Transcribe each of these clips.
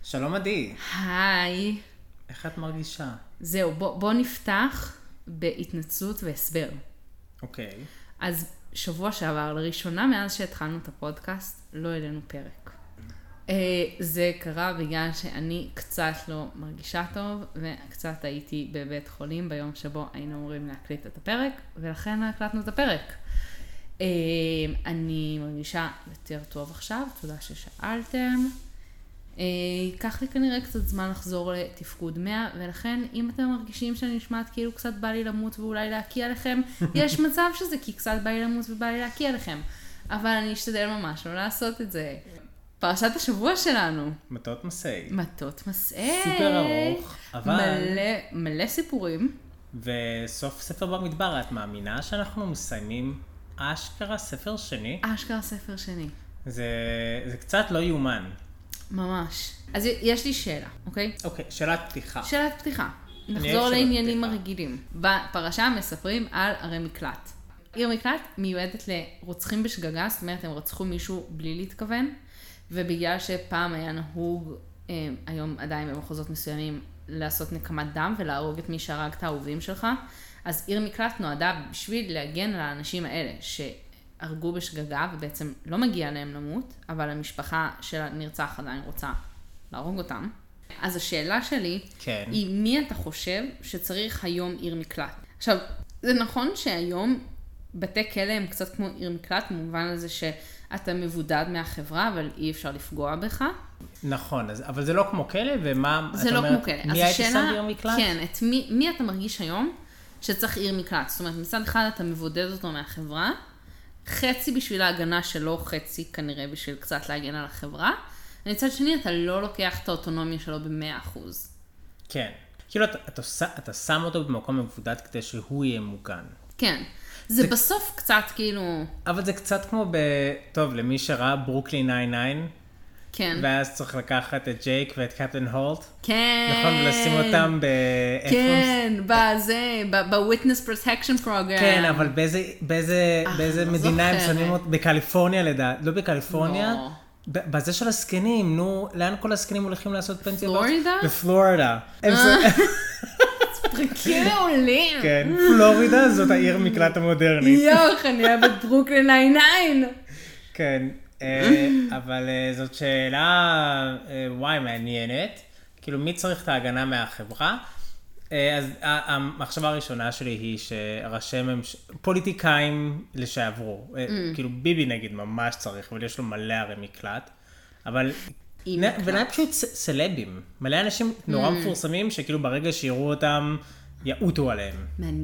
שלום עדי. היי. איך את מרגישה? זהו, בוא נפתח בהתנצלות והסבר. אוקיי. אז שבוע שעבר, לראשונה מאז שהתחלנו את הפודקאסט, לא העלינו פרק. זה קרה בגלל שאני קצת לא מרגישה טוב, וקצת הייתי בבית חולים ביום שבו היינו אמורים להקליט את הפרק, ולכן הקלטנו את הפרק. אני מרגישה יותר טוב עכשיו, תודה ששאלתם. ייקח לי כנראה קצת זמן לחזור לתפקוד 100, ולכן אם אתם מרגישים שאני נשמעת כאילו קצת בא לי למות ואולי להקיע לכם, יש מצב שזה כי קצת בא לי למות ובא לי להקיע לכם. אבל אני אשתדל ממש לא לעשות את זה. פרשת השבוע שלנו. מטות מסעי. מטות מסעי. סופר ארוך, אבל... מלא סיפורים. וסוף ספר במדבר, את מאמינה שאנחנו מסיימים אשכרה ספר שני? אשכרה ספר שני. זה קצת לא יומן. ממש. אז יש לי שאלה, אוקיי? אוקיי, שאלת פתיחה. שאלת פתיחה. נחזור לעניינים הרגילים. בפרשה מספרים על ערי מקלט. עיר מקלט מיועדת לרוצחים בשגגה, זאת אומרת, הם רצחו מישהו בלי להתכוון, ובגלל שפעם היה נהוג, היום עדיין במחוזות מסוימים, לעשות נקמת דם ולהרוג את מי שהרג את האהובים שלך, אז עיר מקלט נועדה בשביל להגן על האנשים האלה, שהרגו בשגגה ובעצם לא מגיע להם למות, אבל המשפחה של הנרצח עדיין רוצה להרוג אותם. אז השאלה שלי היא, מי אתה חושב שצריך היום עיר מקלט? עכשיו, זה נכון שהיום בתי כלא הם קצת כמו עיר מקלט, במובן הזה שאתה מבודד מהחברה, אבל אי אפשר לפגוע בך. נכון, אבל זה לא כמו כלא, ומה... זה לא כמו כלא. מי הייתי שם עיר מקלט? כן, מי אתה מרגיש היום שצריך עיר מקלט? זאת אומרת, מצד אחד אתה מבודד אותו מהחברה, חצי בשביל ההגנה שלו, חצי כנראה בשביל קצת להגן על החברה, ומצד שני אתה לא לוקח את האוטונומיה שלו ב100%. כן. כאילו אתה שם אותו במקום מבודד כדי שהוא יהיה מוגן. כן. זה בסוף קצת כאילו... אבל זה קצת כמו טוב, למי שראה ברוקלין 99, כן. ואז צריך לקחת את ג'ייק ואת קפטן הולט. כן. נכון, ולשים אותם כן, ב-Witness Protection Program. כן, אבל באיזה מדינה הם שמים אותם? בקליפורניה לדעת. לא בקליפורניה. לא. בזה של הסקנים, נו, לאן כל הסקנים הולכים לעשות פנסיה? פלורידה? בפלורידה. פרקים מעולים. כן, פלורידה זאת העיר מקלט המודרנית. יוח, אני אוהבת ברוקלין 99. כן, אבל זאת שאלה, וואי, מעניינת. כאילו, מי צריך את ההגנה מהחברה? אז המחשבה הראשונה שלי היא שראשי פוליטיקאים לשעברו, כאילו ביבי נגיד ממש צריך, אבל יש לו מלא ערי מקלט, אבל ולא פשוט סלבים, מלא אנשים נורא מפורסמים שכאילו ברגע שיראו אותם יעוטו עליהם.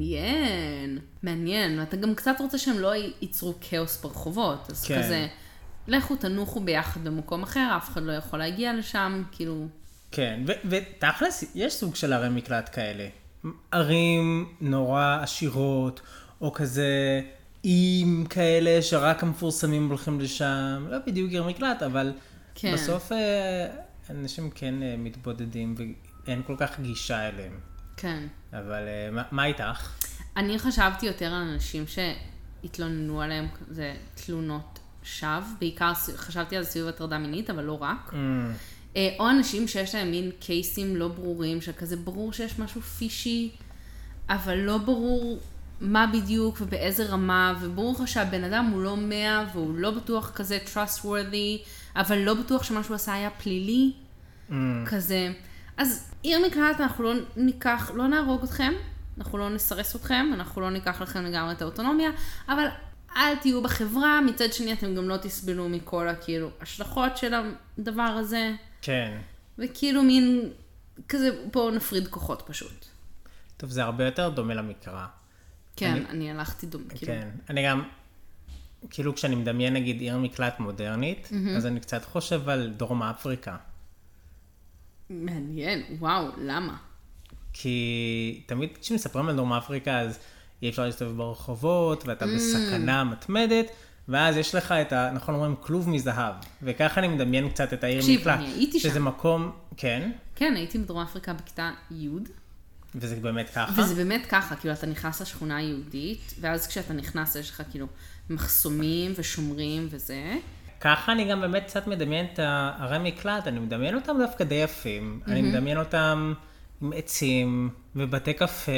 מעניין, ואתה גם קצת רוצה שהם לא ייצרו כאוס ברחובות, אז כזה, לכו תנוחו ביחד במקום אחר, אף אחד לא יכול להגיע לשם, כאילו... כן, ותכלס, יש סוג של ערי מקלט כאלה. ערים נורא עשירות, או כזה איים כאלה שרק המפורסמים הולכים לשם. לא בדיוק עיר מקלט, אבל כן. בסוף אנשים כן מתבודדים, ואין כל כך גישה אליהם. כן. אבל מה איתך? אני חשבתי יותר על אנשים שהתלוננו עליהם, זה תלונות שווא. בעיקר חשבתי על סביב הטרדה מינית, אבל לא רק. או אנשים שיש להם מין קייסים לא ברורים, שכזה ברור שיש משהו פישי, אבל לא ברור מה בדיוק ובאיזה רמה, וברור לך שהבן אדם הוא לא 100, והוא לא בטוח כזה trustworthy, אבל לא בטוח שמשהו עשה היה פלילי, כזה. אז עיר מקלט אנחנו לא ניקח, לא נהרוג אתכם, אנחנו לא נסרס אתכם, אנחנו לא ניקח לכם לגמרי את האוטונומיה, אבל אל תהיו בחברה, מצד שני אתם גם לא תסבלו מכל כאילו השלכות של הדבר הזה. כן. וכאילו מין, כזה, בואו נפריד כוחות פשוט. טוב, זה הרבה יותר דומה למקרא. כן, אני הלכתי דומה. כן, אני גם, כאילו כשאני מדמיין נגיד עיר מקלט מודרנית, אז אני קצת חושב על דרום אפריקה. מעניין, וואו, למה? כי תמיד כשמספרים על דרום אפריקה, אז אי אפשר להסתובב ברחובות, ואתה בסכנה מתמדת, ואז יש לך את נכון אומרים, כלוב מזהב. וככה אני מדמיין קצת את העיר מקלט. אני הייתי שם. שזה מקום, כן? כן, הייתי בדרום אפריקה בכיתה י'. וזה באמת ככה? וזה באמת ככה, כאילו אתה נכנס לשכונה היהודית, ואז כשאתה נכנס יש לך כאילו מחסומים ושומרים וזה. וככה אני גם באמת קצת מדמיין את הערי מקלט, אני מדמיין אותם דווקא די יפים. אני מדמיין אותם עם עצים ובתי קפה,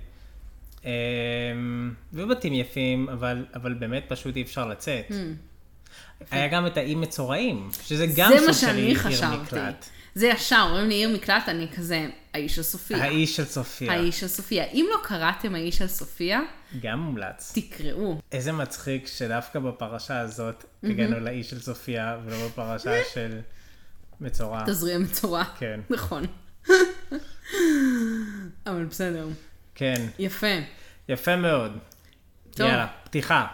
ובתים יפים, אבל באמת פשוט אי אפשר לצאת. היה גם את האי מצורעים, שזה גם סוג של עיר מקלט. זה ישר, אומרים לי עיר מקלט, אני כזה, האיש של סופיה. האיש של סופיה. האיש של סופיה. אם לא קראתם האיש של סופיה, גם מומלץ. תקראו. איזה מצחיק שדווקא בפרשה הזאת הגענו לאיש של סופיה, ולא בפרשה של מצורע. תזריע מצורע. כן. נכון. אבל בסדר. כן. יפה. יפה מאוד. טוב. יאללה, פתיחה.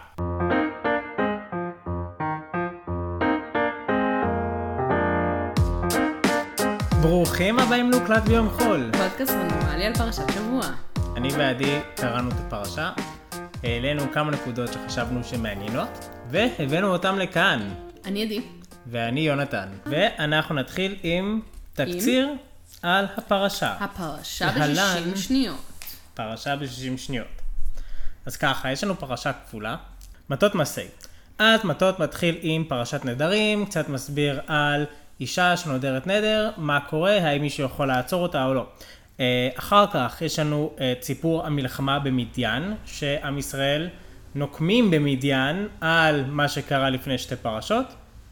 ברוכים הבאים להוקלט ביום חול. פודקאסט רנדומלי על פרשת שבוע. אני ועדי קראנו את הפרשה, העלינו כמה נקודות שחשבנו שמעניינות, והבאנו אותם לכאן. אני עדי. ואני יונתן. ואנחנו נתחיל עם תקציר על הפרשה. הפרשה ב-60 שניות. פרשה ב-60 שניות. אז ככה, יש לנו פרשה כפולה, מטות מסי. אז מטות מתחיל עם פרשת נדרים, קצת מסביר על אישה שנודרת נדר, מה קורה, האם מישהו יכול לעצור אותה או לא. אחר כך יש לנו את סיפור המלחמה במדיין, שעם ישראל נוקמים במדיין על מה שקרה לפני שתי פרשות,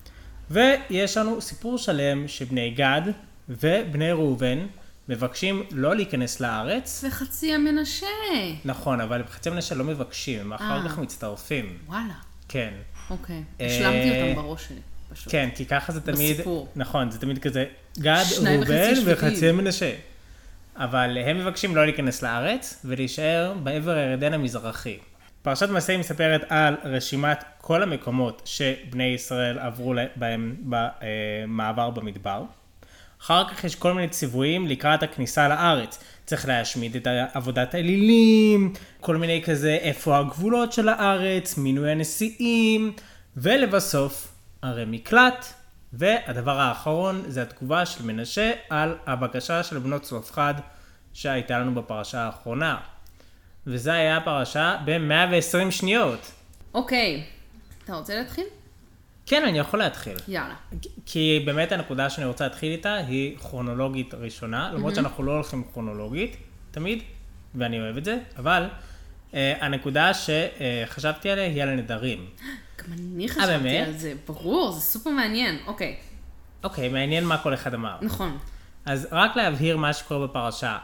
ויש לנו סיפור שלם שבני גד ובני ראובן מבקשים לא להיכנס לארץ. וחצי המנשה. נכון, אבל חצי המנשה לא מבקשים, הם אחר כך מצטרפים. וואלה. כן. אוקיי, השלמתי אותם בראש שלי. פשוט. כן, כי ככה זה תמיד, בסיפור. נכון, זה תמיד כזה גד, ראובן וחצי מנשה. אבל הם מבקשים לא להיכנס לארץ ולהישאר בעבר הירדן המזרחי. פרשת מסי מספרת על רשימת כל המקומות שבני ישראל עברו בהם במעבר במדבר. אחר כך יש כל מיני ציוויים לקראת הכניסה לארץ. צריך להשמיד את עבודת האלילים, כל מיני כזה איפה הגבולות של הארץ, מינוי הנשיאים, ולבסוף ערי מקלט. והדבר האחרון זה התגובה של מנשה על הבקשה של בנות צלופחד שהייתה לנו בפרשה האחרונה. וזה היה הפרשה ב-120 שניות. אוקיי, אתה רוצה להתחיל? כן, אני יכול להתחיל. יאללה. כי באמת הנקודה שאני רוצה להתחיל איתה היא כרונולוגית ראשונה, למרות שאנחנו לא הולכים כרונולוגית תמיד, ואני אוהב את זה, אבל הנקודה שחשבתי עליה היא על הנדרים. גם אני חשבתי על זה, ברור, זה סופר מעניין, אוקיי. אוקיי, מעניין מה כל אחד אמר. נכון. אז רק להבהיר מה שקורה בפרשה,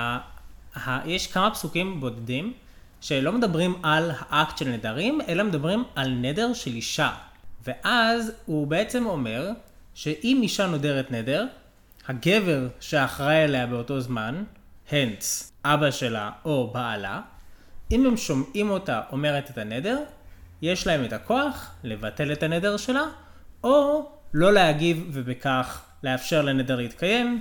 יש כמה פסוקים בודדים שלא מדברים על האקט של נדרים, אלא מדברים על נדר של אישה. ואז הוא בעצם אומר שאם אישה נודרת נדר, הגבר שאחראי עליה באותו זמן, הנץ, אבא שלה או בעלה, אם הם שומעים אותה אומרת את הנדר, יש להם את הכוח לבטל את הנדר שלה, או לא להגיב ובכך לאפשר לנדר להתקיים,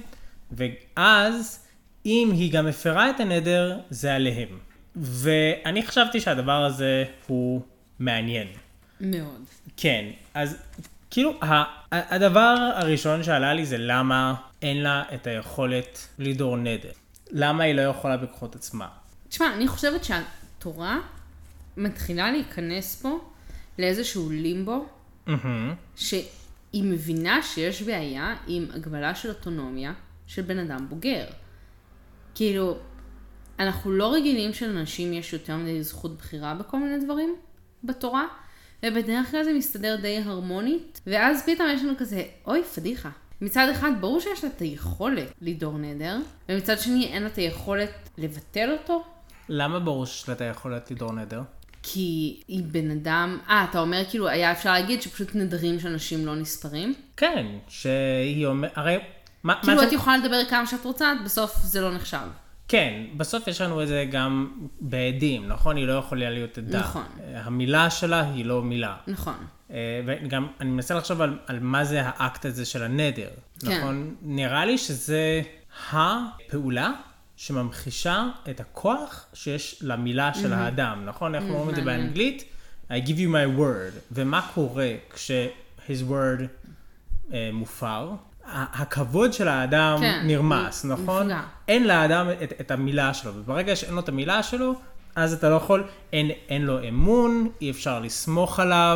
ואז אם היא גם מפרה את הנדר, זה עליהם. ואני חשבתי שהדבר הזה הוא מעניין. מאוד. כן, אז כאילו הדבר הראשון שעלה לי זה למה אין לה את היכולת לדור נדר. למה היא לא יכולה בכוחות עצמה. תשמע, אני חושבת שהתורה מתחילה להיכנס פה לאיזשהו לימבו, שהיא מבינה שיש בעיה עם הגבלה של אוטונומיה של בן אדם בוגר. כאילו, אנחנו לא רגילים שלנשים יש יותר מדי זכות בחירה בכל מיני דברים בתורה, ובדרך כלל זה מסתדר די הרמונית, ואז פתאום יש לנו כזה, אוי, פדיחה. מצד אחד, ברור שיש לה את היכולת לדור נדר, ומצד שני, אין לה את היכולת לבטל אותו. למה ברור שיש לה את היכולת לדור נדר? כי היא בן אדם, אתה אומר כאילו, היה אפשר להגיד שפשוט נדרים שאנשים לא נספרים? כן, שהיא אומר, הרי... כאילו, את יכולה לדבר כמה שאת רוצה, בסוף זה לא נחשב. כן, בסוף יש לנו את זה גם בעדים, נכון? היא לא יכולה להיות עדה. נכון. המילה שלה היא לא מילה. נכון. וגם אני מנסה לחשוב על מה זה האקט הזה של הנדר. כן. נכון? נראה לי שזה הפעולה שממחישה את הכוח שיש למילה של האדם, נכון? אנחנו אומרים את זה באנגלית, I give you my word. ומה קורה כש-his word מופר? הכבוד של האדם נרמס, נכון? נפגע. אין לאדם את המילה שלו, וברגע שאין לו את המילה שלו, אז אתה לא יכול, אין לו אמון, אי אפשר לסמוך עליו,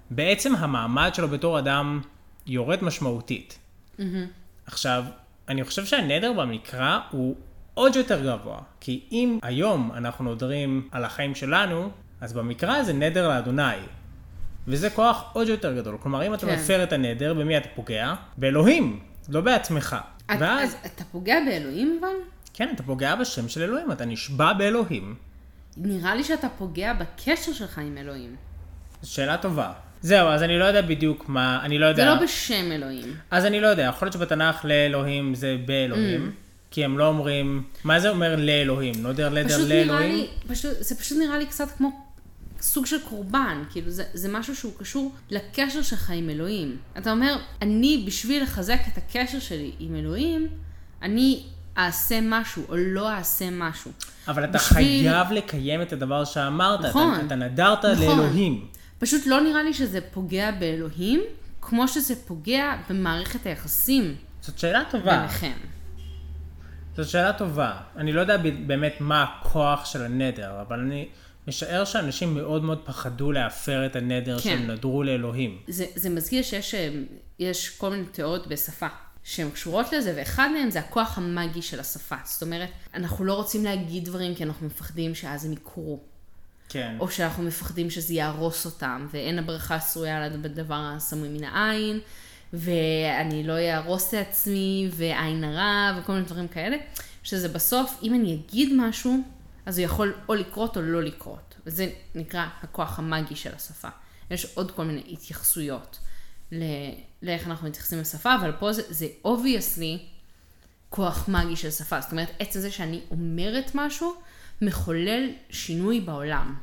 בעצם המעמד שלו בתור אדם יורד משמעותית. עכשיו, אני חושב שהנדר במקרא הוא עוד יותר גבוה, כי אם היום אנחנו נודרים על החיים שלנו, אז במקרא זה נדר לאדוני. וזה כוח עוד יותר גדול. כלומר, אם אתה מפר את הנדר, במי אתה פוגע? באלוהים, לא בעצמך. אז אתה פוגע באלוהים אבל? כן, אתה פוגע בשם של אלוהים, אתה נשבע באלוהים. נראה לי שאתה פוגע בקשר שלך עם אלוהים. שאלה טובה. זהו, אז אני לא יודע בדיוק מה, אני לא יודע. זה לא בשם אלוהים. אז אני לא יודע, יכול להיות שבתנ"ך לאלוהים זה באלוהים, כי הם לא אומרים, מה זה אומר לאלוהים? נודר לאלוהים? זה פשוט נראה לי קצת כמו סוג של קורבן, כאילו זה משהו שהוא קשור לקשר שלך עם אלוהים. אתה אומר, אני בשביל לחזק את הקשר שלי עם אלוהים, אני אעשה משהו או לא אעשה משהו. אבל אתה חייב לקיים את הדבר שאמרת, נכון, אתה נדרת נכון. לאלוהים. פשוט לא נראה לי שזה פוגע באלוהים, כמו שזה פוגע במערכת היחסים. זאת שאלה טובה. ביניכם. זאת שאלה טובה. אני לא יודע באמת מה הכוח של הנדר, אבל אני משער שאנשים מאוד מאוד פחדו להפר את הנדר כן. שהם נדרו לאלוהים. זה מזכיר שיש כל מיני תיאוריות בשפה שהן קשורות לזה, ואחד מהם זה הכוח המאגי של השפה. זאת אומרת, אנחנו לא רוצים להגיד דברים כי אנחנו מפחדים שאז הם יקרו. כן. או שאנחנו מפחדים שזה יהרוס אותם, ואין הברכה שרויה על הדבר הסמוי מן העין, ואני לא יהרוס את עצמי, ועין הרע, וכל מיני דברים כאלה, שזה בסוף, אם אני אגיד משהו, אז הוא יכול או לקרות או לא לקרות. וזה נקרא הכוח המאגי של השפה. יש עוד כל מיני התייחסויות לאיך אנחנו מתייחסים לשפה, אבל פה זה obviously כוח מאגי של שפה. זאת אומרת, עצם זה שאני אומרת משהו, מחולל שינוי בעולם.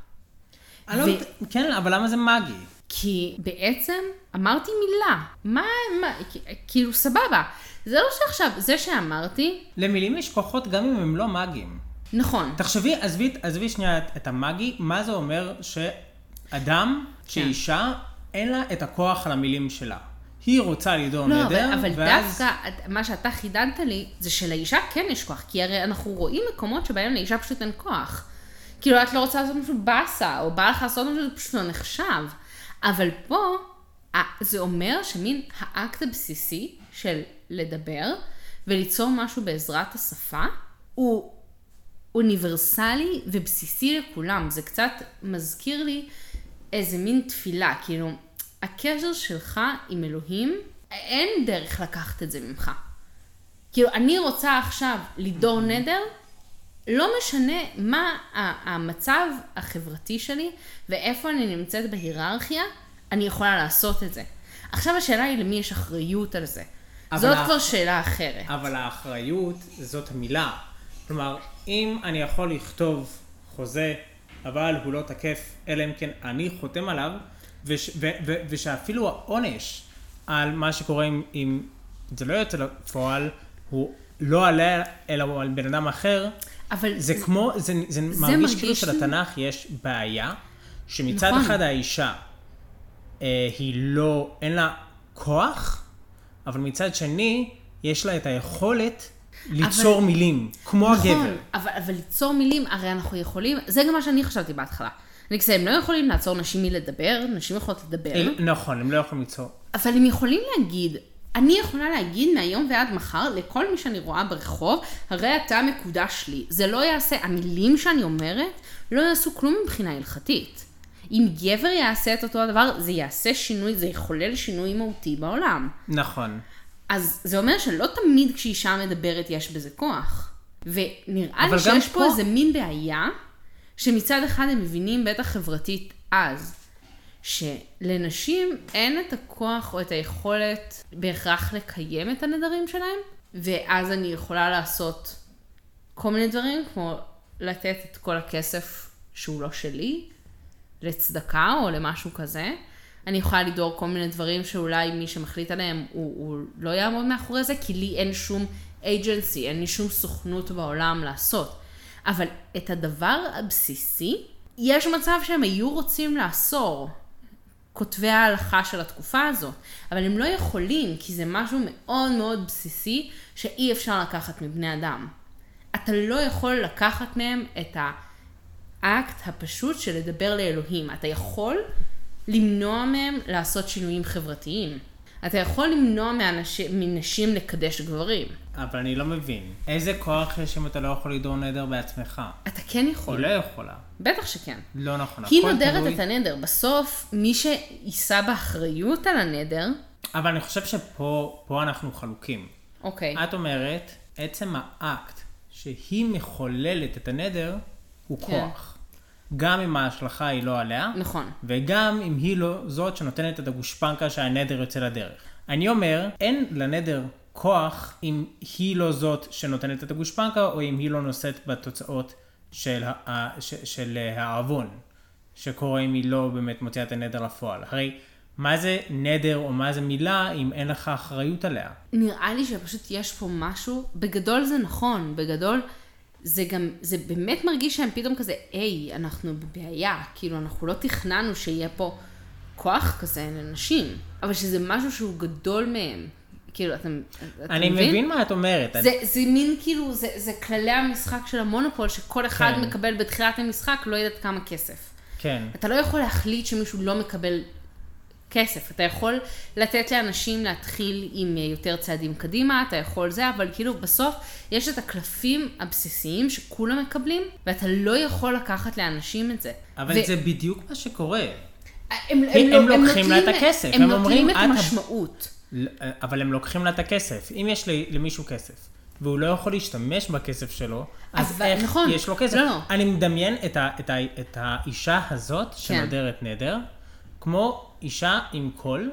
כן, אבל למה זה מאגי? כי בעצם אמרתי מילה. כאילו סבבה. זה לא שעכשיו, זה שאמרתי... למילים יש כוחות גם אם הם לא מאגיים. נכון. תחשבי, עזבי שנייה את המאגי, מה זה אומר שאדם, שאישה, אין לה את הכוח על המילים שלה. היא רוצה לדור נדר, אבל דווקא מה שאתה חידדת לי, זה שלאישה כן יש כוח, כי הרי אנחנו רואים מקומות שבהם לאישה פשוט אין כוח. כאילו את לא רוצה לעשות משהו בסה, או בא לך לעשות משהו, זה פשוט לא נחשב. אבל פה, זה אומר שמין האקט הבסיסי של לדבר, וליצור משהו בעזרת השפה, הוא אוניברסלי ובסיסי לכולם. זה קצת מזכיר לי איזה מין תפילה, כאילו, הקשר שלך עם אלוהים, אין דרך לקחת את זה ממך. כאילו, אני רוצה עכשיו לדור נדר, לא משנה מה המצב החברתי שלי, ואיפה אני נמצאת בהיררכיה, אני יכולה לעשות את זה. עכשיו השאלה היא למי יש אחריות על זה. זאת כבר שאלה אחרת. אבל האחריות זאת המילה. כלומר, אם אני יכול לכתוב חוזה, אבל הוא לא תקף, אלא אם כן אני חותם עליו, ושאפילו העונש על מה שקורה אם זה לא יוצא לפועל, הוא לא עלה אלא על בן אדם אחר, זה כמו, זה מרגיש כאילו שלתנ"ך יש בעיה, שמצד אחד האישה, היא לא, אין לה כוח, אבל מצד שני, יש לה את היכולת ליצור מילים, כמו הגבר. אבל ליצור מילים, הרי אנחנו יכולים, זה גם מה שאני חשבתי בהתחלה. הם לא יכולים לעצור נשים מלדבר, נשים יכולות לדבר. נכון, הם לא יכולים ליצור. אבל הם יכולים להגיד, אני יכולה להגיד מהיום ועד מחר, לכל מי שאני רואה ברחוב, הרי אתה מקודש לי. זה לא יעשה, המילים שאני אומרת, לא יעשו כלום מבחינה הלכתית. אם גבר יעשה את אותו הדבר, זה יעשה שינוי, זה יחולל שינוי מהותי בעולם. נכון. אז זה אומר שלא תמיד כשאישה מדברת יש בזה כוח. ונראה לי שיש פה איזה מין בעיה, שמצד אחד הם מבינים בטח חברתית אז, שלנשים אין את הכוח או את היכולת בהכרח לקיים את הנדרים שלהם, ואז אני יכולה לעשות כל מיני דברים, כמו לתת את כל הכסף שהוא לא שלי, לצדקה או למשהו כזה. אני יכולה לדור כל מיני דברים שאולי מי שמחליט עליהם הוא לא יעמוד מאחורי זה, כי לי אין שום agency, אין לי שום סוכנות בעולם לעשות. אבל את הדבר הבסיסי, יש מצב שהם היו רוצים לאסור, כותבי ההלכה של התקופה הזאת, אבל הם לא יכולים, כי זה משהו מאוד מאוד בסיסי, שאי אפשר לקחת מבני אדם. אתה לא יכול לקחת מהם את האקט הפשוט של לדבר לאלוהים. אתה יכול למנוע מהם לעשות שינויים חברתיים. אתה יכול למנוע מנשים לקדש גברים. אבל אני לא מבין. איזה כוח יש אם אתה לא יכול לדור נדר בעצמך? אתה כן יכול. היא לא יכולה. בטח שכן. לא נכון. היא נודרת את הנדר. בסוף, מי שיישא באחריות על הנדר... אבל אני חושב שפה אנחנו חלוקים. אוקיי. את אומרת, עצם האקט שהיא מחוללת את הנדר, הוא כוח. גם אם ההשלכה היא לא עליה. נכון. וגם אם היא לא זאת שנותנת את הגושפנקה שהנדר יוצא לדרך. אני אומר, אין לנדר כוח אם היא לא זאת שנותנת את הגושפנקה, או אם היא לא נושאת בתוצאות של העוון, שקורה אם היא לא באמת מוציאה את הנדר לפועל. הרי מה זה נדר או מה זה מילה אם אין לך אחריות עליה? נראה לי שפשוט יש פה משהו, בגדול זה נכון, בגדול זה גם, זה באמת מרגיש שהם פתאום כזה, היי, אנחנו בבעיה, כאילו אנחנו לא תכננו שיהיה פה כוח כזה לנשים, אבל שזה משהו שהוא גדול מהם. כאילו, אני מבין מה את אומרת. זה מין כאילו, זה כללי המשחק של המונופול, שכל אחד מקבל בתחילת המשחק, לא יודעת כמה כסף. כן. אתה לא יכול להחליט שמישהו לא מקבל כסף. אתה יכול לתת לאנשים להתחיל עם יותר צעדים קדימה, אתה יכול זה, אבל כאילו בסוף יש את הקלפים הבסיסיים שכולם מקבלים, ואתה לא יכול לקחת לאנשים את זה. אבל זה בדיוק מה שקורה. הם לוקחים לה את הכסף. הם נותנים את המשמעות. אבל הם לוקחים לה את הכסף. אם יש למישהו כסף, והוא לא יכול להשתמש בכסף שלו, אז איך נכון. יש לו כסף? לא. אני מדמיין את האישה הזאת שנודרת נדר, כמו אישה עם קול,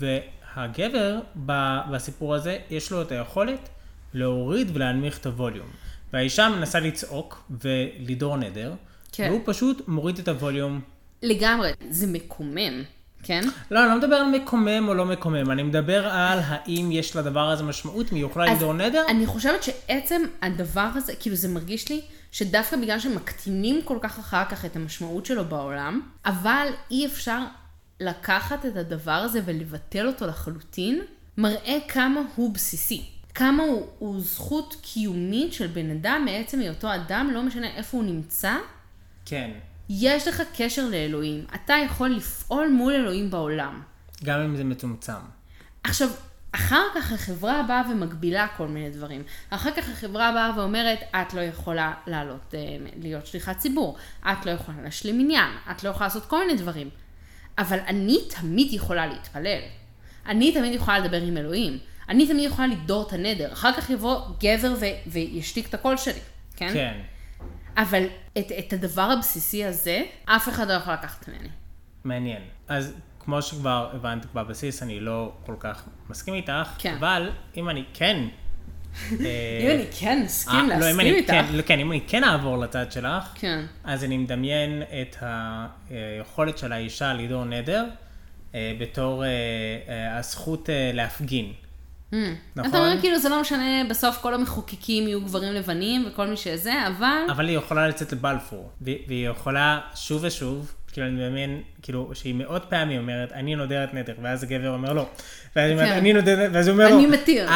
והגבר בסיפור הזה יש לו את היכולת להוריד ולהנמיך את הווליום. והאישה מנסה לצעוק ולדור נדר, והוא פשוט מוריד את הווליום. לגמרי, זה מקומם. כן? לא, אני לא מדבר על מקומם או לא מקומם, אני מדבר על האם יש לדבר הזה משמעות, מי יוכלה לדור נדר? אני חושבת שעצם הדבר הזה, כאילו זה מרגיש לי, שדווקא בגלל שמקטינים כל כך אחר כך את המשמעות שלו בעולם, אבל אי אפשר לקחת את הדבר הזה ולבטל אותו לחלוטין, מראה כמה הוא בסיסי. כמה הוא זכות קיומית של בן אדם מעצם היותו אדם, לא משנה איפה הוא נמצא. כן. יש לך קשר לאלוהים. אתה יכול לפעול מול אלוהים בעולם. גם אם זה מצומצם. עכשיו, אחר כך החברה באה ומגבילה כל מיני דברים. אחר כך החברה באה ואומרת, את לא יכולה להיות שליחת ציבור. את לא יכולה להשלים עניין. את לא יכולה לעשות כל מיני דברים. אבל אני תמיד יכולה להתפלל. אני תמיד יכולה לדבר עם אלוהים. אני תמיד יכולה לדור את הנדר. אחר כך יבוא גבר וישתיק את הקול שלי. כן? כן. אבל את הדבר הבסיסי הזה, אף אחד לא יכול לקחת ממני. מעניין. אז כמו שכבר הבנת בבסיס, אני לא כל כך מסכים איתך, כן. אבל אם אני כן... אם אני כן נסכים להסכים איתך. כן, אם אני כן אעבור לצד שלך, כן. אז אני מדמיין את היכולת של האישה לדור נדר, בתור הזכות להפגין. נכון? אתה אומר כאילו זה לא משנה, בסוף כל המחוקקים יהיו גברים לבנים וכל מי שזה, אבל היא יכולה לצאת לבלפור, והיא יכולה שוב ושוב, כאילו אני מדמיין, כאילו שהיא מאוד פעמים אומרת, אני נודרת נדר, ואז הגבר אומר לא, ואז היא אומרת, אני נודרת, ואז הוא אומר לא, אני מתיר.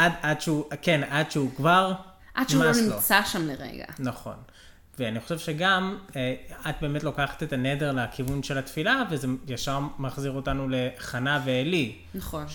עד שהוא כבר, עד שהוא לא נמצא שם לרגע. נכון. ואני חושב שגם, את באמת לוקחת את הנדר לכיוון של התפילה, וזה ישר מחזיר אותנו לחנה ואלי. נכון.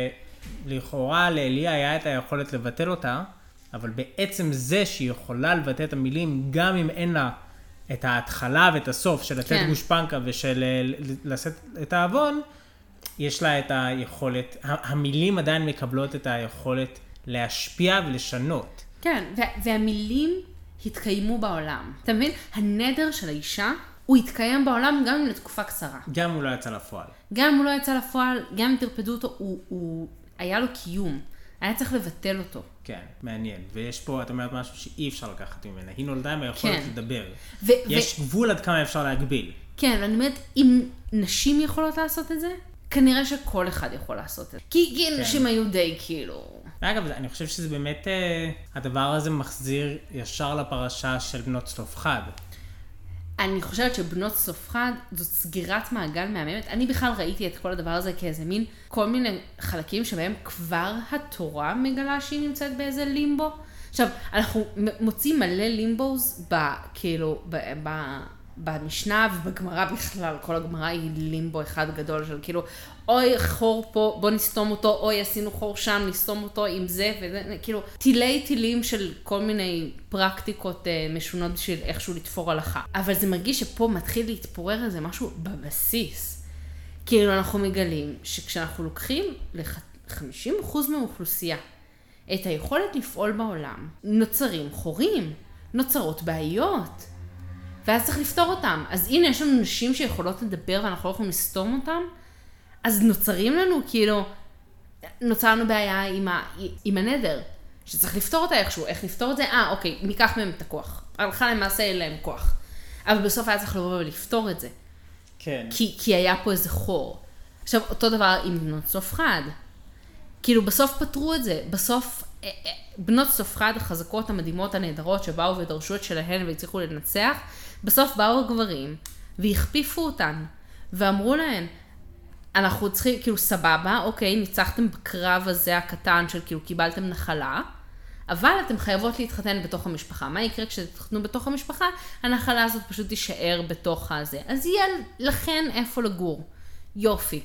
לכאורה לאלי היה את היכולת לבטל אותה, אבל בעצם זה שהיא יכולה לבטא את המילים, גם אם אין לה את ההתחלה ואת הסוף של לתת גושפנקה ושל לשאת את העוון, יש לה את היכולת, המילים עדיין מקבלות את היכולת להשפיע ולשנות. כן, והמילים התקיימו בעולם. אתה מבין? הנדר של האישה, הוא התקיים בעולם גם לתקופה קצרה. גם הוא לא יצא לפועל. גם הוא לא יצא לפועל, גם אם תרפדו אותו, הוא היה לו קיום. היה צריך לבטל אותו. כן, מעניין. ויש פה, את אומרת משהו שאי אפשר לקחת ממנה. היא נולדה עם היכולת לדבר. יש גבול עד כמה אפשר להגביל. כן, ואני אומרת, אם נשים יכולות לעשות את זה, כנראה שכל אחד יכול לעשות את זה. כי נשים היו די כאילו... אגב, אני חושב שזה באמת, הדבר הזה מחזיר ישר לפרשה של בנות צלופחד. אני חושבת שבנות צלופחד זאת סגירת מעגל מהממת. אני בכלל ראיתי את כל הדבר הזה כאיזה מין, כל מיני חלקים שבהם כבר התורה מגלה שהיא נמצאת באיזה לימבו. עכשיו, אנחנו מוצאים מלא לימבוז כאילו, במשנה ובגמרא בכלל, כל הגמרא היא לימבו אחד גדול של כאילו, אוי חור פה, בוא נסתום אותו, אוי עשינו חור שם, נסתום אותו עם זה, וזה, כאילו, טילים של כל מיני פרקטיקות משונות בשביל איכשהו לתפור הלכה. אבל זה מרגיש שפה מתחיל להתפורר איזה משהו בבסיס. כאילו אנחנו מגלים שכשאנחנו לוקחים ל-50% מהאוכלוסייה את היכולת לפעול בעולם, נוצרים חורים, נוצרות בעיות. ואז צריך לפתור אותם. אז הנה, יש לנו נשים שיכולות לדבר ואנחנו לא יכולים לסתום אותם, אז נוצרים לנו, כאילו, נוצר לנו בעיה עם הנדר, שצריך לפתור אותה איכשהו. איך לפתור את זה? אוקיי, ניקח מהם את הכוח. הלכה למעשה אין להם כוח. אבל בסוף היה צריך לבוא ולפתור את זה. כן. כי היה פה איזה חור. עכשיו, אותו דבר עם בנות צלפחד. כאילו, בסוף פתרו את זה. בסוף, בנות צלפחד, החזקות, המדהימות, הנהדרות, שבאו ודרשו את שלהן והצליחו לנצח, בסוף באו הגברים והכפיפו אותן. ואמרו להן, אנחנו צריכים, כאילו, סבבה, אוקיי, ניצחתם בקרב הזה הקטן של, כאילו, קיבלתם נחלה, אבל אתם חייבות להתחתן בתוך המשפחה. מה יקרה כשתתחתנו בתוך המשפחה? הנחלה הזאת פשוט תישאר בתוך הזה. אז יהיה לכן איפה לגור. יופי.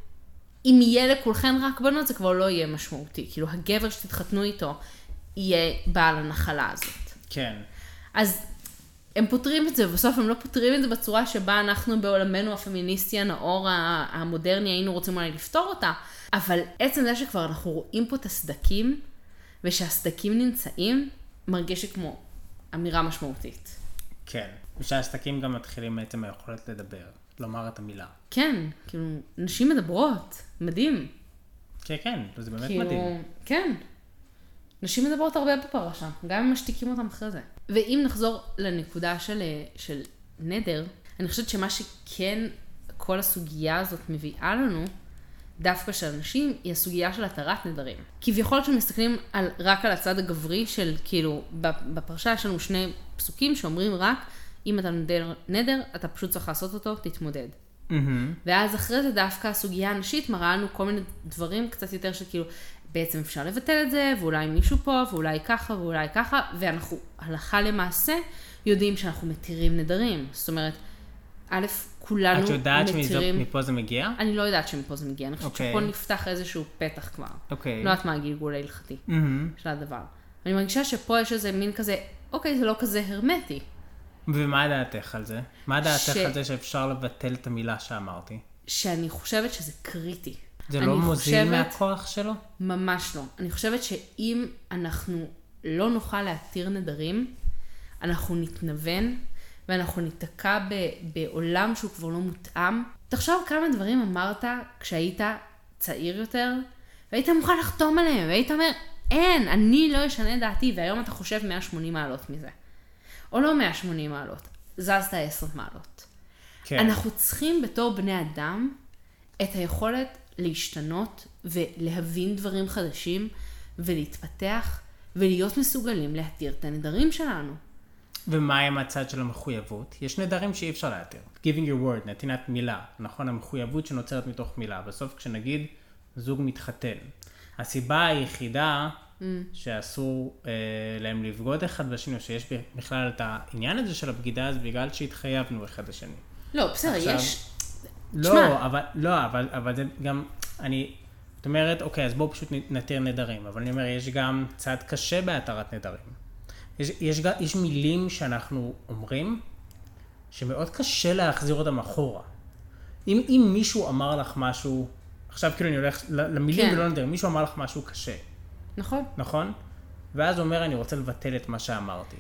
אם יהיה לכולכן רק בנות, זה כבר לא יהיה משמעותי. כאילו, הגבר שתתחתנו איתו יהיה בעל הנחלה הזאת. כן. אז הם פותרים את זה, ובסוף הם לא פותרים את זה בצורה שבה אנחנו בעולמנו הפמיניסטי הנאור המודרני היינו רוצים אולי לפתור אותה. אבל עצם זה שכבר אנחנו רואים פה את הסדקים, ושהסדקים נמצאים, מרגיש כמו אמירה משמעותית. כן, ושהסדקים גם מתחילים בעצם היכולת לדבר, לומר את המילה. כן, כאילו, נשים מדברות, מדהים. כן, כן, זה באמת כאילו, מדהים. כן, נשים מדברות הרבה בפרשה, גם אם משתיקים אותם אחרי זה. ואם נחזור לנקודה של נדר, אני חושבת שמה שכן כל הסוגיה הזאת מביאה לנו, דווקא של אנשים, היא הסוגיה של התרת נדרים. כביכול כשמסתכלים רק על הצד הגברי של, כאילו, בפרשה יש לנו שני פסוקים שאומרים רק, אם אתה נדר, אתה פשוט צריך לעשות אותו, תתמודד. ואז אחרי זה דווקא הסוגיה הנשית מראה לנו כל מיני דברים קצת יותר שכאילו, בעצם אפשר לבטל את זה, ואולי מישהו פה, ואולי ככה, ואולי ככה, ואנחנו הלכה למעשה יודעים שאנחנו מתירים נדרים. זאת אומרת, א', כולנו מתירים... את יודעת שמפה זה מגיע? אני לא יודעת שמפה זה מגיע. אני חושבת שפה נפתח איזשהו פתח כבר. לא יודעת מה הגלגול ההלכתי של הדבר. אני מרגישה שפה יש איזה מין כזה, אוקיי, זה לא כזה הרמטי. ומה דעתך על זה? מה דעתך על זה שאפשר לבטל את המילה שאמרתי? שאני חושבת שזה קריטי. זה לא מוזיל מהכוח שלו? ממש לא. אני חושבת שאם אנחנו לא נוכל להתיר נדרים, אנחנו נתנוון, ואנחנו ניתקע בעולם שהוא כבר לא מותאם. תחשוב כמה דברים אמרת כשהיית צעיר יותר, והיית מוכן לחתום עליהם, והיית אומר, אין, אני לא אשנה דעתי, והיום אתה חושב 180 מעלות מזה. או לא 180 מעלות, זזת 10 מעלות. כן. אנחנו צריכים בתור בני אדם את היכולת להשתנות ולהבין דברים חדשים ולהתפתח ולהיות מסוגלים להתיר את הנדרים שלנו. ומה עם הצד של המחויבות? יש נדרים שאי אפשר להתיר. Giving your word, נתינת מילה. נכון, המחויבות שנוצרת מתוך מילה. בסוף כשנגיד זוג מתחתן. הסיבה היחידה שאסור להם לבגוד אחד בשני, או שיש בכלל את העניין הזה של הבגידה, אז בגלל שהתחייבנו אחד לשני. לא, בסדר, עכשיו, יש... אבל זה גם, זאת אומרת, אוקיי, אז בואו פשוט נתיר נדרים, אבל אני אומר, יש גם צד קשה בהתרת נדרים. יש מילים שאנחנו אומרים, שמאוד קשה להחזיר אותם אחורה. אם מישהו אמר לך משהו, עכשיו כאילו אני הולך למילים ולא נדרים, מישהו אמר לך משהו קשה. נכון. נכון? ואז הוא אומר, אני רוצה לבטל את מה שאמרתי.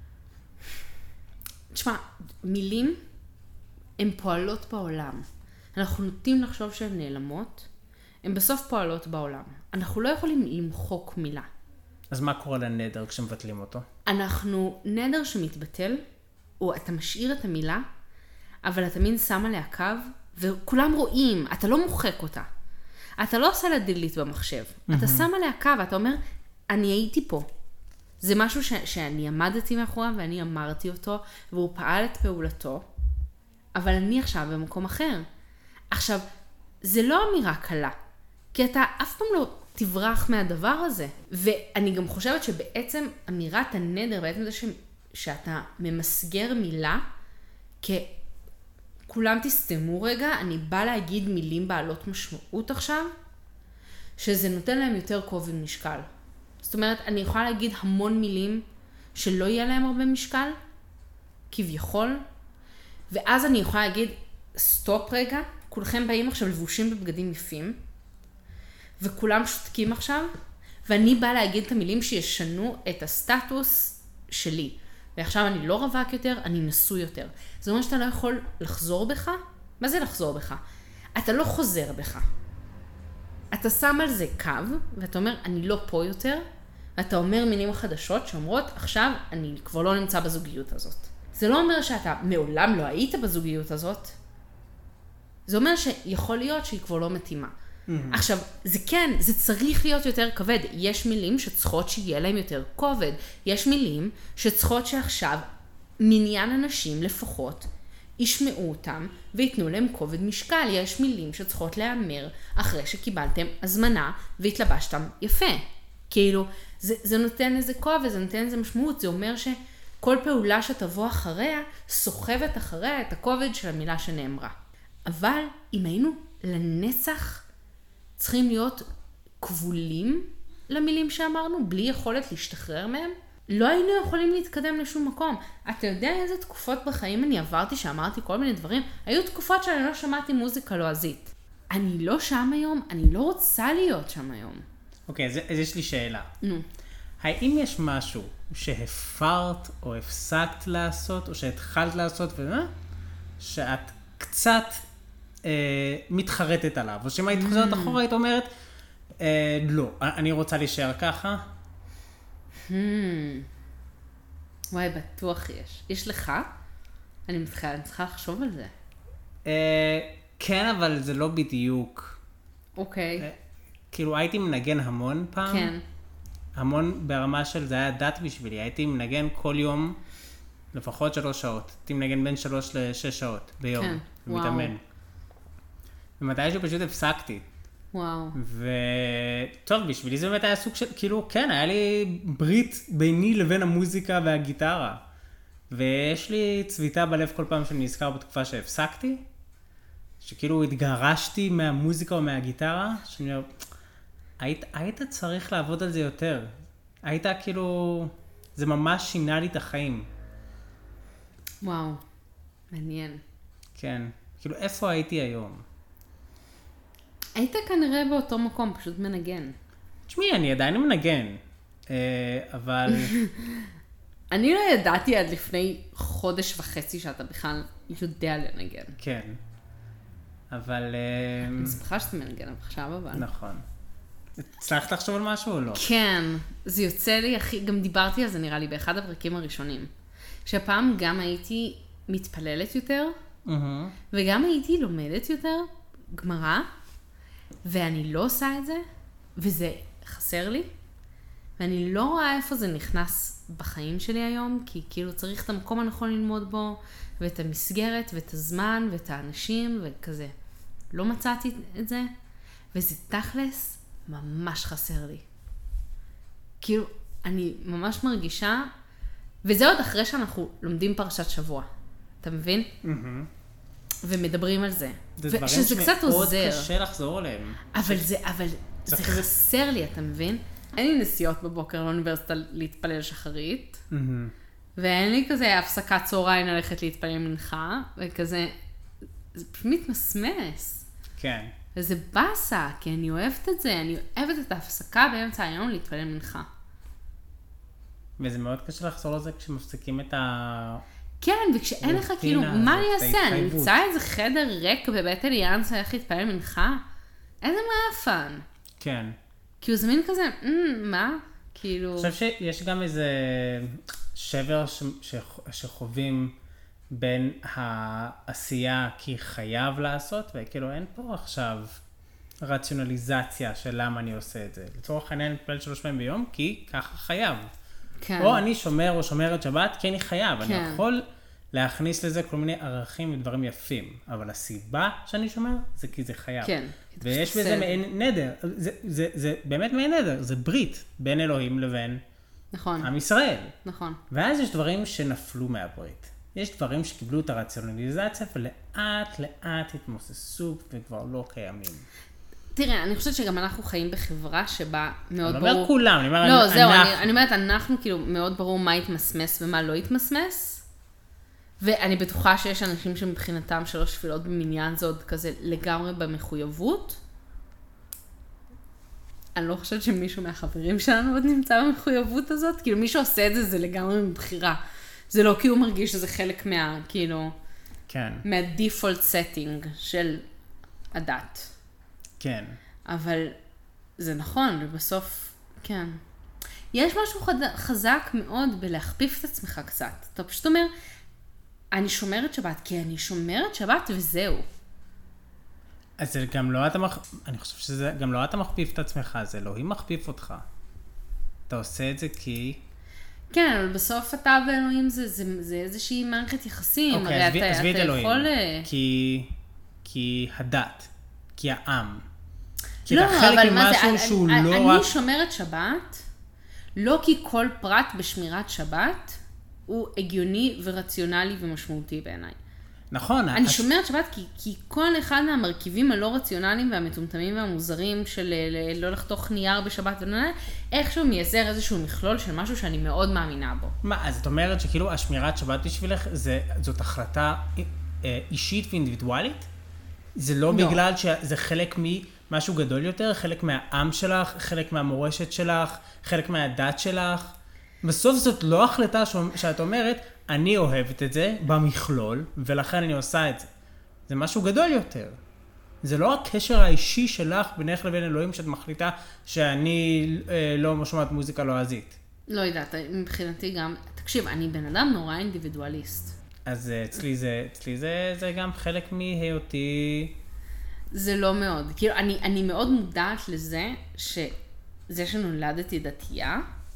תשמע, מילים הן פועלות בעולם. אנחנו נוטים לחשוב שהן נעלמות, הן בסוף פועלות בעולם. אנחנו לא יכולים למחוק מילה. אז מה קורה לנדר כשמבטלים אותו? נדר שמתבטל, או אתה משאיר את המילה, אבל אתה מין שם עליה קו, וכולם רואים, אתה לא מוחק אותה. אתה לא עושה לה דילית במחשב. אתה שם עליה קו, אתה אומר, אני הייתי פה. זה משהו שאני עמדתי מאחוריו, ואני אמרתי אותו, והוא פעל את פעולתו, אבל אני עכשיו במקום אחר. עכשיו, זה לא אמירה קלה, כי אתה אף פעם לא תברח מהדבר הזה. ואני גם חושבת שבעצם אמירת הנדר, בעצם זה שאתה ממסגר מילה, כולם תסתמו רגע, אני באה להגיד מילים בעלות משמעות עכשיו, שזה נותן להם יותר כובד משקל. זאת אומרת, אני יכולה להגיד המון מילים שלא יהיה להם הרבה משקל, כביכול, ואז אני יכולה להגיד, סטופ רגע, כולכם באים עכשיו לבושים בבגדים יפים, וכולם שותקים עכשיו, ואני באה להגיד את המילים שישנו את הסטטוס שלי. ועכשיו אני לא רווק יותר, אני נשוי יותר. זה אומר שאתה לא יכול לחזור בך? מה זה לחזור בך? אתה לא חוזר בך. אתה שם על זה קו, ואתה אומר, אני לא פה יותר, ואתה אומר מילים חדשות שאומרות, עכשיו אני כבר לא נמצא בזוגיות הזאת. זה לא אומר שאתה מעולם לא היית בזוגיות הזאת, זה אומר שיכול להיות שהיא כבר לא מתאימה. עכשיו, זה כן, זה צריך להיות יותר כבד. יש מילים שצריכות שיהיה להם יותר כובד. יש מילים שצריכות שעכשיו מניין אנשים לפחות ישמעו אותם ויתנו להם כובד משקל. יש מילים שצריכות להיאמר אחרי שקיבלתם הזמנה והתלבשתם יפה. כאילו, זה נותן איזה כובד, זה נותן איזה משמעות. זה אומר שכל פעולה שתבוא אחריה סוחבת אחריה את הכובד של המילה שנאמרה. אבל אם היינו לנצח צריכים להיות כבולים למילים שאמרנו, בלי יכולת להשתחרר מהם, לא היינו יכולים להתקדם לשום מקום. אתה יודע איזה תקופות בחיים אני עברתי שאמרתי כל מיני דברים? היו תקופות שאני לא שמעתי מוזיקה לועזית. אני לא שם היום, אני לא רוצה להיות שם היום. אוקיי, אז יש לי שאלה. האם יש משהו שהפרת או הפסקת לעשות, או שהתחלת לעשות, שאת קצת מתחרטת עליו, או שאם היית חוזרת אחורה, היית אומרת, לא, אני רוצה להישאר ככה? וואי, בטוח יש. יש לך? אני צריכה לחשוב על זה. כן, אבל זה לא בדיוק. אוקיי. כאילו, הייתי מנגן המון פעם. כן. המון ברמה של זה היה דת בשבילי. הייתי מנגן כל יום לפחות 3 שעות. הייתי מנגן בין 3 ל-6 שעות ביום. כן, וואו. ומתאמן. ומתי שפשוט הפסקתי. וואו. וטוב, בשבילי זה באמת היה סוג של, כאילו, כן, היה לי ברית ביני לבין המוזיקה והגיטרה. ויש לי צביטה בלב כל פעם שאני נזכר בתקופה שהפסקתי, שכאילו התגרשתי מהמוזיקה או מהגיטרה, שאני אומר, היית צריך לעבוד על זה יותר. היית כאילו, זה ממש שינה לי את החיים. וואו, מעניין. כן, כאילו איפה הייתי היום? היית כנראה באותו מקום, פשוט מנגן. תשמעי, אני עדיין מנגן, אבל... אני לא ידעתי עד לפני 1.5 חודש שאתה בכלל יודע לנגן. כן, אבל... אני שמחה שאתה מנגן עכשיו, אבל... נכון. הצלחת לחשוב על משהו או לא? כן, זה יוצא לי גם דיברתי על זה נראה לי באחד הפרקים הראשונים. שהפעם גם הייתי מתפללת יותר, וגם הייתי לומדת יותר גמרא, ואני לא עושה את זה, וזה חסר לי, ואני לא רואה איפה זה נכנס בחיים שלי היום, כי כאילו צריך את המקום הנכון ללמוד בו, ואת המסגרת, ואת הזמן, ואת האנשים, וכזה. לא מצאתי את זה, וזה תכלס ממש חסר לי. כאילו, אני ממש מרגישה, וזה עוד אחרי שאנחנו לומדים פרשת שבוע. אתה מבין? ומדברים על זה. זה דברים שמאוד קשה לחזור עליהם. אבל זה חסר לי, אתה מבין? אין לי נסיעות בבוקר לאוניברסיטה להתפלל שחרית, ואין לי כזה הפסקת צהריים ללכת להתפלל מנחה, וכזה, זה פשוט מתמסמס. כן. וזה בסה, כי אני אוהבת את זה, אני אוהבת את ההפסקה באמצע היום להתפלל מנחה. וזה מאוד קשה לחזור לזה כשמפסיקים את ה... כן, וכשאין לך כאילו, מה אני אעשה? אני אמצא איזה חדר ריק בבית אליאנס, איך להתפלל מנחה? איזה מאפן. כן. כאילו זה מין כזה, מה? כאילו... אני חושב שיש גם איזה שבר שחווים בין העשייה כי חייב לעשות, וכאילו אין פה עכשיו רציונליזציה של למה אני עושה את זה. לצורך העניין מתפלל 3 פעמים ביום, כי ככה חייב. כן. או אני שומר או שומרת שבת, כי אני חייב. כן. אני יכול להכניס לזה כל מיני ערכים ודברים יפים, אבל הסיבה שאני שומר זה כי זה חייב. כן. ויש בזה מעין נדר, זה באמת מעין נדר, זה ברית בין אלוהים לבין נכון. עם ישראל. נכון. ואז יש דברים שנפלו מהברית. יש דברים שקיבלו את הרציונליזציה, ולאט לאט התמוססו וכבר לא קיימים. תראה, אני חושבת שגם אנחנו חיים בחברה שבה מאוד ברור... אני אומר כולם, אני אומר לא, זהו, אני אומרת, אנחנו כאילו מאוד ברור מה יתמסמס ומה לא יתמסמס, ואני בטוחה שיש אנשים שמבחינתם 3 תפילות במניין זה עוד כזה לגמרי במחויבות. אני לא חושבת שמישהו מהחברים שלנו עוד נמצא במחויבות הזאת, כאילו מישהו עושה את זה, זה לגמרי מבחירה. זה לא כי הוא מרגיש שזה חלק מה, כאילו, כן. מהדיפולט סטינג של הדת. כן. אבל זה נכון, ובסוף, כן. יש משהו חזק מאוד בלהכפיף את עצמך קצת. אתה פשוט אומר, אני שומרת שבת, כי אני שומרת שבת וזהו. אז זה גם לא אני חושב שזה גם לא אתה מכפיף את עצמך, זה אלוהים מכפיף אותך. אתה עושה את זה כי... כן, אבל בסוף אתה ואלוהים זה איזושהי מערכת יחסים. אוקיי, עזבי את אלוהים. כי הדת, כי העם. כי אתה חלק ממשהו שהוא לא רק... אני שומרת שבת, לא כי כל פרט בשמירת שבת הוא הגיוני ורציונלי ומשמעותי בעיניי. נכון. אני שומרת שבת כי כל אחד מהמרכיבים הלא רציונליים והמטומטמים והמוזרים של לא לחתוך נייר בשבת, איכשהו מייצר איזשהו מכלול של משהו שאני מאוד מאמינה בו. מה, אז את אומרת שכאילו השמירת שבת בשבילך זאת החלטה אישית ואינדיבידואלית? זה לא בגלל שזה חלק ממשהו גדול יותר, חלק מהעם שלך, חלק מהמורשת שלך, חלק מהדת שלך? בסוף זאת לא החלטה שאת אומרת, אני אוהבת את זה במכלול, ולכן אני עושה את זה. זה משהו גדול יותר. זה לא הקשר האישי שלך בינך לבין אלוהים שאת מחליטה שאני לא שומעת מוזיקה לועזית. לא יודעת, מבחינתי גם, תקשיב, אני בן אדם נורא אינדיבידואליסט. אז אצלי זה גם חלק מהיותי... זה לא מאוד. כאילו, אני מאוד מודעת לזה שזה שנולדתי דתייה,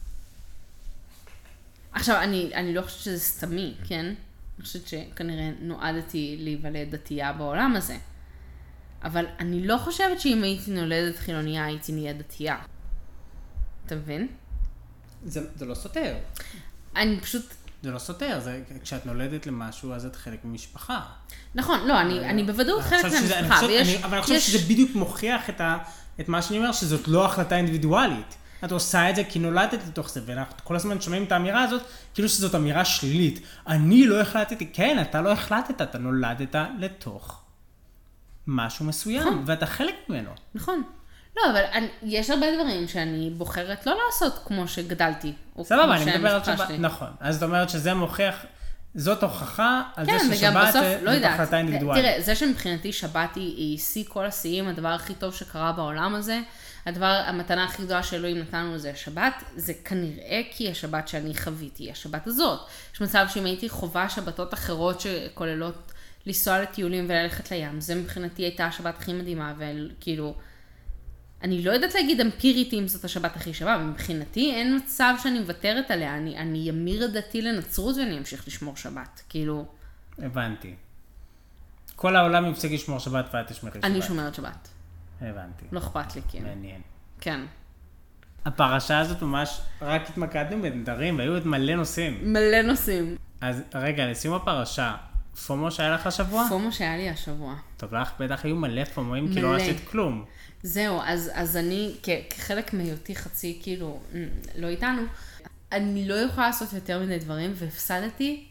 עכשיו, אני לא חושבת שזה סתמי, כן? אני חושבת שכנראה נועדתי להיוולד דתייה בעולם הזה. אבל אני לא חושבת שאם הייתי נולדת חילוניה, הייתי נהיה דתייה. אתה מבין? זה לא סותר. אני פשוט... זה לא סותר, כשאת נולדת למשהו, אז את חלק ממשפחה. נכון, לא, אני בוודאות חלק מהמשפחה. אבל אני חושב שזה בדיוק מוכיח את מה שאני אומר, שזאת לא החלטה אינדיבידואלית. את עושה את זה כי נולדת לתוך זה, ואנחנו כל הזמן שומעים את האמירה הזאת, כאילו שזאת אמירה שלילית. אני לא החלטתי, כן, אתה לא החלטת, אתה נולדת לתוך משהו מסוים, נכון. ואתה חלק ממנו. נכון. לא, אבל יש הרבה דברים שאני בוחרת לא לעשות כמו שגדלתי. סבבה, אני מדבר על שבת. נכון. אז זאת אומרת שזה מוכיח, זאת הוכחה על כן, זה ששבת בסוף, זה החלטה אינדיבידואלית. תראה, זה שמבחינתי שבת היא שיא כל השיאים, הדבר הכי טוב שקרה בעולם הזה, המתנה הכי גדולה שאלוהים נתנו זה השבת, זה כנראה כי השבת שאני חוויתי, השבת הזאת. יש מצב שאם הייתי חובה שבתות אחרות שכוללות לנסוע לטיולים וללכת לים, זה מבחינתי הייתה השבת הכי מדהימה, וכאילו, אני לא יודעת להגיד אמפירית אם זאת השבת הכי שווה, ומבחינתי אין מצב שאני מוותרת עליה, אני אמיר דתי לנצרות ואני אמשיך לשמור שבת, כאילו... הבנתי. כל העולם יפסיק לשמור שבת ואת תשמרי שבת. אני שומרת שבת. הבנתי. לא אכפת לי, כן. מעניין. כן. הפרשה הזאת ממש, רק התמקדנו בנדרים, והיו עוד מלא נושאים. מלא נושאים. אז רגע, לסיום הפרשה, פומו שהיה לך השבוע? פומו שהיה לי השבוע. טוב לך, בטח היו מלא פומואים, כי לא עשית כלום. זהו, אז אני, כחלק מהיותי חצי, כאילו, לא איתנו, אני לא יכולה לעשות יותר מדי דברים, והפסדתי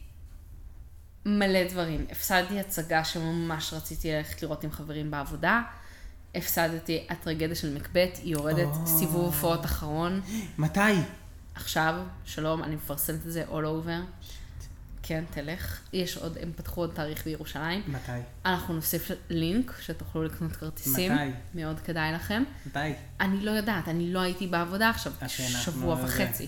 מלא דברים. הפסדתי הצגה שממש רציתי ללכת לראות עם חברים בעבודה, הפסדתי הטרגדיה של מקבט, היא יורדת סיבוב הופעות אחרון. מתי? עכשיו, שלום, אני מפרסמת את זה all over. כן, תלך. יש עוד, הם פתחו עוד תאריך בירושלים. מתי? אנחנו נוסיף לינק שתוכלו לקנות כרטיסים. מתי? מאוד כדאי לכם. מתי? אני לא יודעת, אני לא הייתי בעבודה עכשיו, שבוע וחצי.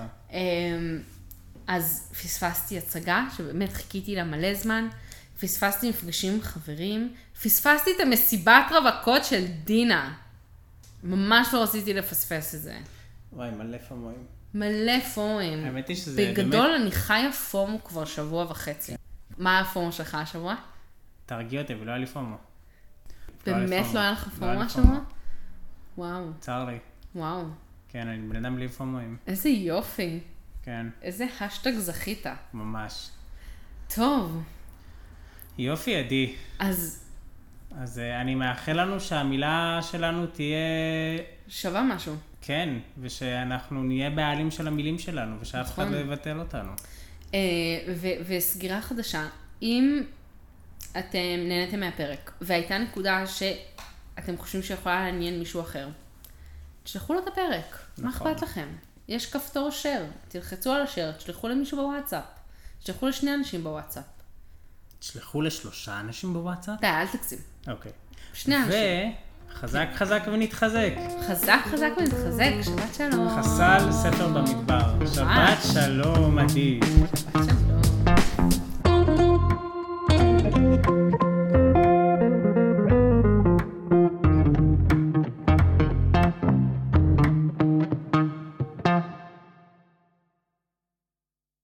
אז פספסתי הצגה, שבאמת חיכיתי לה מלא זמן, פספסתי מפגשים עם חברים, פספסתי את המסיבת רווקות של דינה. ממש לא רציתי לפספס את זה. וואי, מלא פומואים. מלא פומים. האמת היא שזה בגדול אני חיה פומו כבר שבוע וחצי. מה הפומו שלך השבוע? תרגיע אותי, ולא היה לי פומו. באמת לא היה לך פומו השבוע? וואו. צר לי. וואו. כן, אני בן אדם בלי פומואים. איזה יופי. כן. איזה השטג זכית. ממש. טוב. יופי, עדי. אז אני מאחל לנו שהמילה שלנו תהיה... שווה משהו. כן, ושאנחנו נהיה בעלים של המילים שלנו, ושאף אחד לא יבטל אותנו. וסגירה חדשה, אם אתם נהנתם מהפרק, והייתה נקודה שאתם חושבים שיכולה לעניין מישהו אחר, תשלחו לו את הפרק. מה אכפת לכם? יש כפתור share, תלחצו על השare, תשלחו למישהו בוואטסאפ, תשלחו לשני אנשים בוואטסאפ. תשלחו לשלושה אנשים בוואטסאפ? די, אל תקציב. אוקיי. שני אנשים. חזק חזק ונתחזק. חזק חזק ונתחזק, שבת שלום. חסל ספר במדבר. שבת שלום, עדי. שבת שלום.